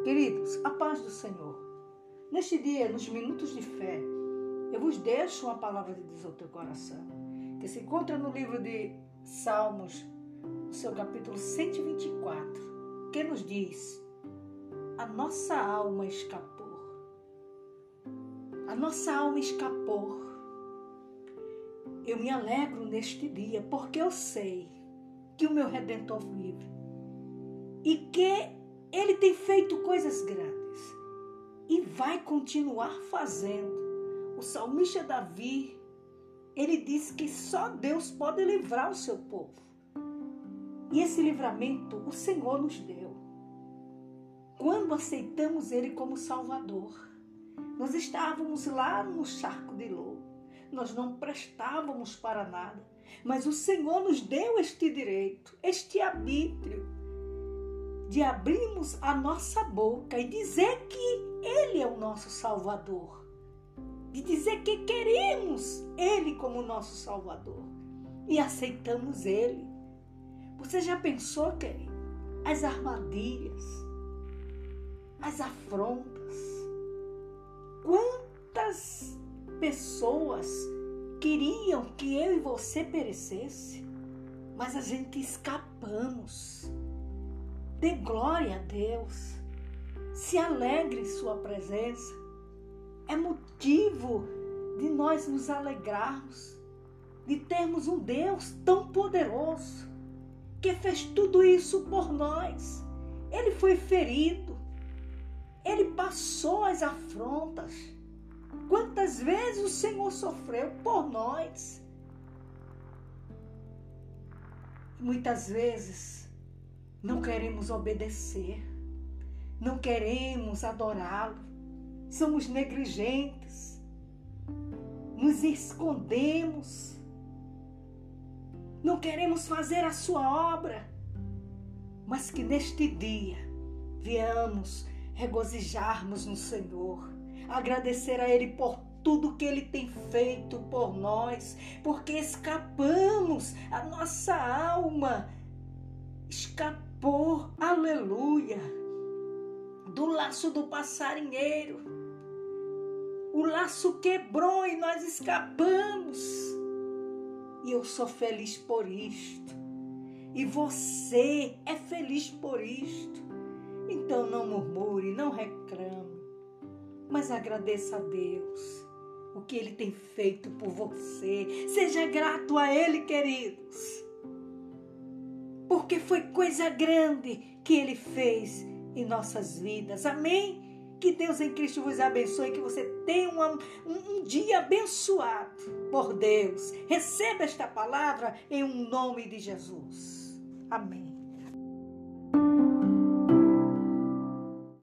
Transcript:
Queridos, a paz do Senhor. Neste dia, nos minutos de fé, eu vos deixo uma palavra de Deus ao teu coração, que se encontra no livro de Salmos, no seu capítulo 124, que nos diz: a nossa alma escapou. A nossa alma escapou. Eu me alegro neste dia, porque eu sei que o meu Redentor vive e que Ele tem feito coisas grandes e vai continuar fazendo. O salmista Davi, ele disse que só Deus pode livrar o seu povo. E esse livramento o Senhor nos deu. Quando aceitamos Ele como Salvador, nós estávamos lá no charco de lodo. Nós não prestávamos para nada. Mas o Senhor nos deu este direito, este arbítrio, de abrirmos a nossa boca e dizer que Ele é o nosso Salvador. De dizer que queremos Ele como nosso Salvador. E aceitamos Ele. Você já pensou, querido? As armadilhas, as afrontas. Quantas pessoas queriam que eu e você perecesse, mas a gente escapamos. Dê glória a Deus. Se alegre em sua presença. É motivo de nós nos alegrarmos, de termos um Deus tão poderoso, que fez tudo isso por nós. Ele foi ferido. Ele passou as afrontas. Quantas vezes o Senhor sofreu por nós? Muitas vezes não queremos obedecer, não queremos adorá-lo, somos negligentes, nos escondemos, não queremos fazer a sua obra, mas que neste dia viemos regozijarmos no Senhor, agradecer a Ele por tudo que Ele tem feito por nós, porque escapamos, a nossa alma escapou, aleluia, do laço do passarinheiro. O laço quebrou e nós escapamos. E eu sou feliz por isto. E você é feliz por isto. Então não murmure, não reclame, mas agradeça a Deus o que Ele tem feito por você. Seja grato a Ele, queridos. Porque foi coisa grande que Ele fez em nossas vidas. Amém? Que Deus em Cristo vos abençoe, que você tenha um dia abençoado por Deus. Receba esta palavra em nome de Jesus. Amém.